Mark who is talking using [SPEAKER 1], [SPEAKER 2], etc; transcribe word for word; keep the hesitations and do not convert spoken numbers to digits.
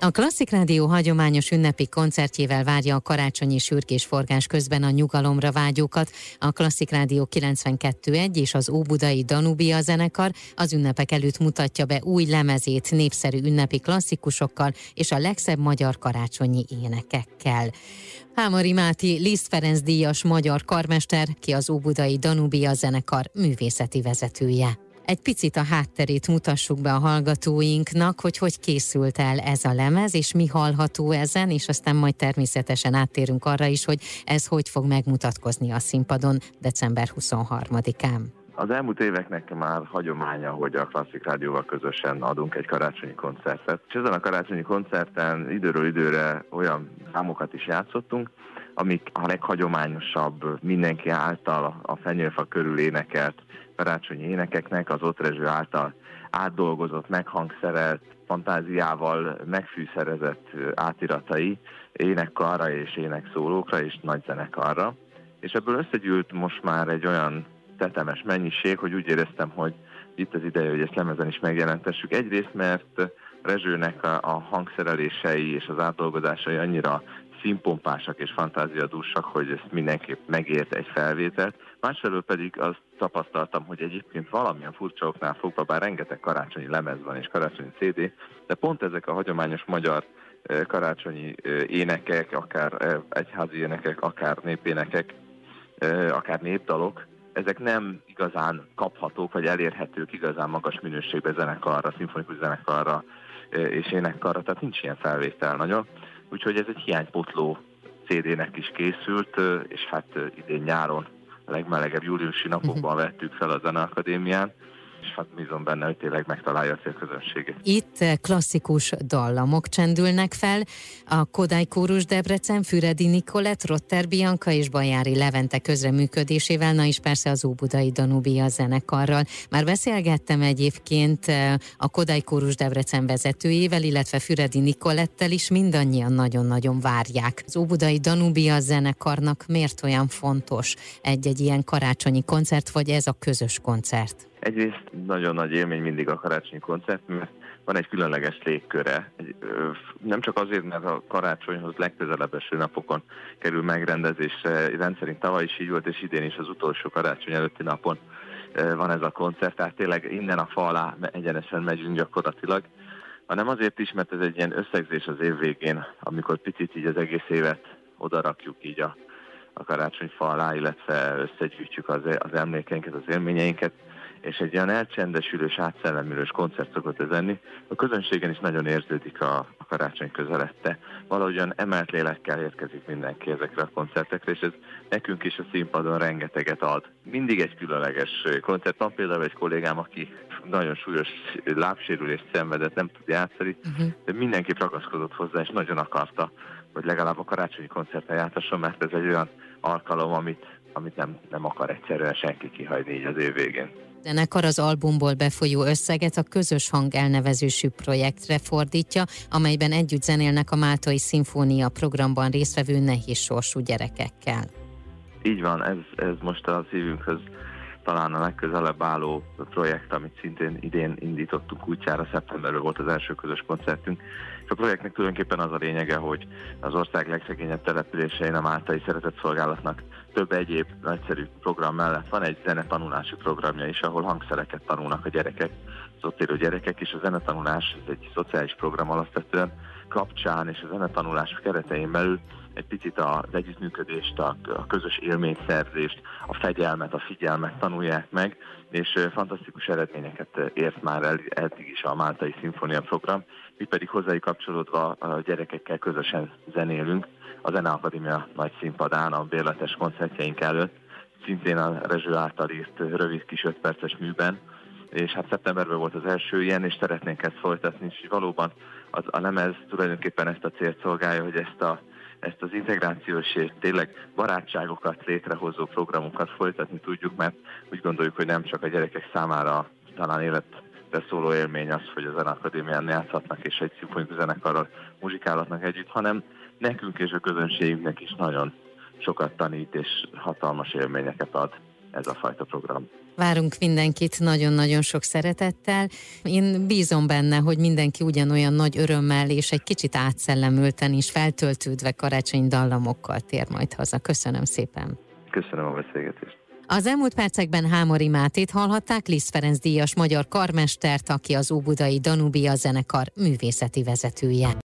[SPEAKER 1] A Klasszik Rádió hagyományos ünnepi koncertjével várja a karácsonyi sürgésforgás közben a nyugalomra vágyókat. A Klasszik Rádió kilencvenkettő egy és az Óbudai Danubia zenekar az ünnepek előtt mutatja be új lemezét népszerű ünnepi klasszikusokkal és a legszebb magyar karácsonyi énekekkel. Hámori Máté Liszt Ferenc díjas magyar karmester, ki az Óbudai Danubia zenekar művészeti vezetője. Egy picit a hátterét mutassuk be a hallgatóinknak, hogy hogy készült el ez a lemez, és mi hallható ezen, és aztán majd természetesen áttérünk arra is, hogy ez hogy fog megmutatkozni a színpadon december huszonharmadikán.
[SPEAKER 2] Az elmúlt éveknek már hagyománya, hogy a Klasszik Rádióval közösen adunk egy karácsonyi koncertet. És ezen a karácsonyi koncerten időről időre olyan számokat is játszottunk, amik a leghagyományosabb, mindenki által a fenyőfa körül énekelt karácsonyi énekeknek, az Ott Rezső által átdolgozott, meghangszerelt, fantáziával megfűszerezett átiratai énekkarra és énekszólókra és nagy zenekarra. És ebből összegyűlt most már egy olyan tetemes mennyiség, hogy úgy éreztem, hogy itt az ideje, hogy ezt lemezen is megjelentessük. Egyrészt, mert Rezsőnek a, a hangszerelései és az átdolgozásai annyira színpompásak és fantáziadúsak, hogy ezt mindenképp megért egy felvételt. Másfelől pedig azt tapasztaltam, hogy egyébként valamilyen furcsa oknál fogva, bár rengeteg karácsonyi lemez van és karácsonyi cé dé, de pont ezek a hagyományos magyar karácsonyi énekek, akár egyházi énekek, akár népénekek, akár népdalok, ezek nem igazán kaphatók, vagy elérhetők igazán magas minőségben zenekarra, szimfonikus zenekarra és énekkarra, tehát nincs ilyen felvétel nagyon. Úgyhogy ez egy hiánypotló cé dének is készült, és hát idén nyáron, a legmelegebb júliusi napokban vettük fel a Zeneakadémián, és hát bízom benne, hogy tényleg megtalálja a célközönségét.
[SPEAKER 1] Itt klasszikus dallamok csendülnek fel, a Kodály Kórus Debrecen, Füredi Nikolett, Rotter Bianca és Bajári Levente közreműködésével, na és persze az Óbudai Danubia zenekarral. Már beszélgettem egyébként a Kodály Kórus Debrecen vezetőjével, illetve Füredi Nikolettel is, mindannyian nagyon-nagyon várják. Az Óbudai Danubia zenekarnak miért olyan fontos egy-egy ilyen karácsonyi koncert, vagy ez a közös koncert?
[SPEAKER 2] Egyrészt nagyon nagy élmény mindig a karácsonyi koncert, mert van egy különleges légköre. Egy, ö, nem csak azért, mert a karácsonyhoz legközelebb eső napokon kerül megrendezésre, rendszerint tavaly is így volt, és idén is az utolsó karácsony előtti napon ö, van ez a koncert, tehát tényleg innen a fa alá egyenesen megyünk gyakorlatilag, hanem azért is, mert ez egy ilyen összegzés az év végén, amikor picit így az egész évet odarakjuk így a, a karácsonyfa alá, illetve összegyűjtjük az, az emlékeinket, az élményeinket, és egy ilyen elcsendesülős, átszellemülős koncert szokott ez lenni. A közönségen is nagyon érződik a, a karácsony közelette. Valahogyan emelt lélekkel érkezik mindenki ezekre a koncertekre, és ez nekünk is a színpadon rengeteget ad. Mindig egy különleges koncert. Van például egy kollégám, aki nagyon súlyos lábsérülést szenvedett, nem tud játszani, uh-huh. de mindenki ragaszkodott hozzá, és nagyon akarta, hogy legalább a karácsonyi koncerten játszasson, mert ez egy olyan alkalom, amit, amit nem, nem akar egyszerűen senki kihagyni így az év végén.
[SPEAKER 1] A zenekar az albumból befolyó összeget a Közös Hang elnevezésű projektre fordítja, amelyben együtt zenélnek a Máltai Szimfónia programban résztvevő nehéz sorsú gyerekekkel.
[SPEAKER 2] Így van, ez, ez most a szívünkhöz talán a legközelebb álló projekt, amit szintén idén indítottunk útjára, szeptemberben volt az első közös koncertünk. És a projektnek tulajdonképpen az a lényege, hogy az ország legszegényebb településein a Máltai Szeretetszolgálatnak több egyéb nagyszerű program mellett van egy zenetanulási programja is, ahol hangszereket tanulnak a gyerekek, az ott élő gyerekek, és a zenetanulás ez egy szociális program alapvetően kapcsán, és a zenetanulás keretein belül egy picit az együttműködést, a, a közös élményszerzést, a fegyelmet, a figyelmet tanulják meg, és fantasztikus eredményeket ért már el, eddig is a Máltai Szimfónia program. Mi pedig hozzájuk kapcsolódva a gyerekekkel közösen zenélünk a Zeneakadémia nagy színpadán, a bérletes koncertjeink előtt, szintén a Rezső által írt rövid kis öt perces műben, és hát szeptemberben volt az első ilyen, és szeretnénk ezt folytatni, és valóban az, a lemez tulajdonképpen ezt a célt szolgálja, hogy ezt a ezt az integrációs és tényleg barátságokat létrehozó programokat folytatni tudjuk, mert úgy gondoljuk, hogy nem csak a gyerekek számára talán életre szóló élmény az, hogy a Zeneakadémián játszhatnak és egy szimfonikus zenekarral muzsikálhatnak együtt, hanem nekünk és a közönségünknek is nagyon sokat tanít és hatalmas élményeket ad. ez a fajta program.
[SPEAKER 1] Várunk mindenkit nagyon-nagyon sok szeretettel. Én bízom benne, hogy mindenki ugyanolyan nagy örömmel és egy kicsit átszellemülten is feltöltődve karácsonyi dallamokkal tér majd haza. Köszönöm szépen.
[SPEAKER 2] Köszönöm a beszélgetést.
[SPEAKER 1] Az elmúlt percekben Hámori Mátét hallhatták, Liszt Ferenc díjas magyar karmestert, aki az óbudai Danubia zenekar művészeti vezetője.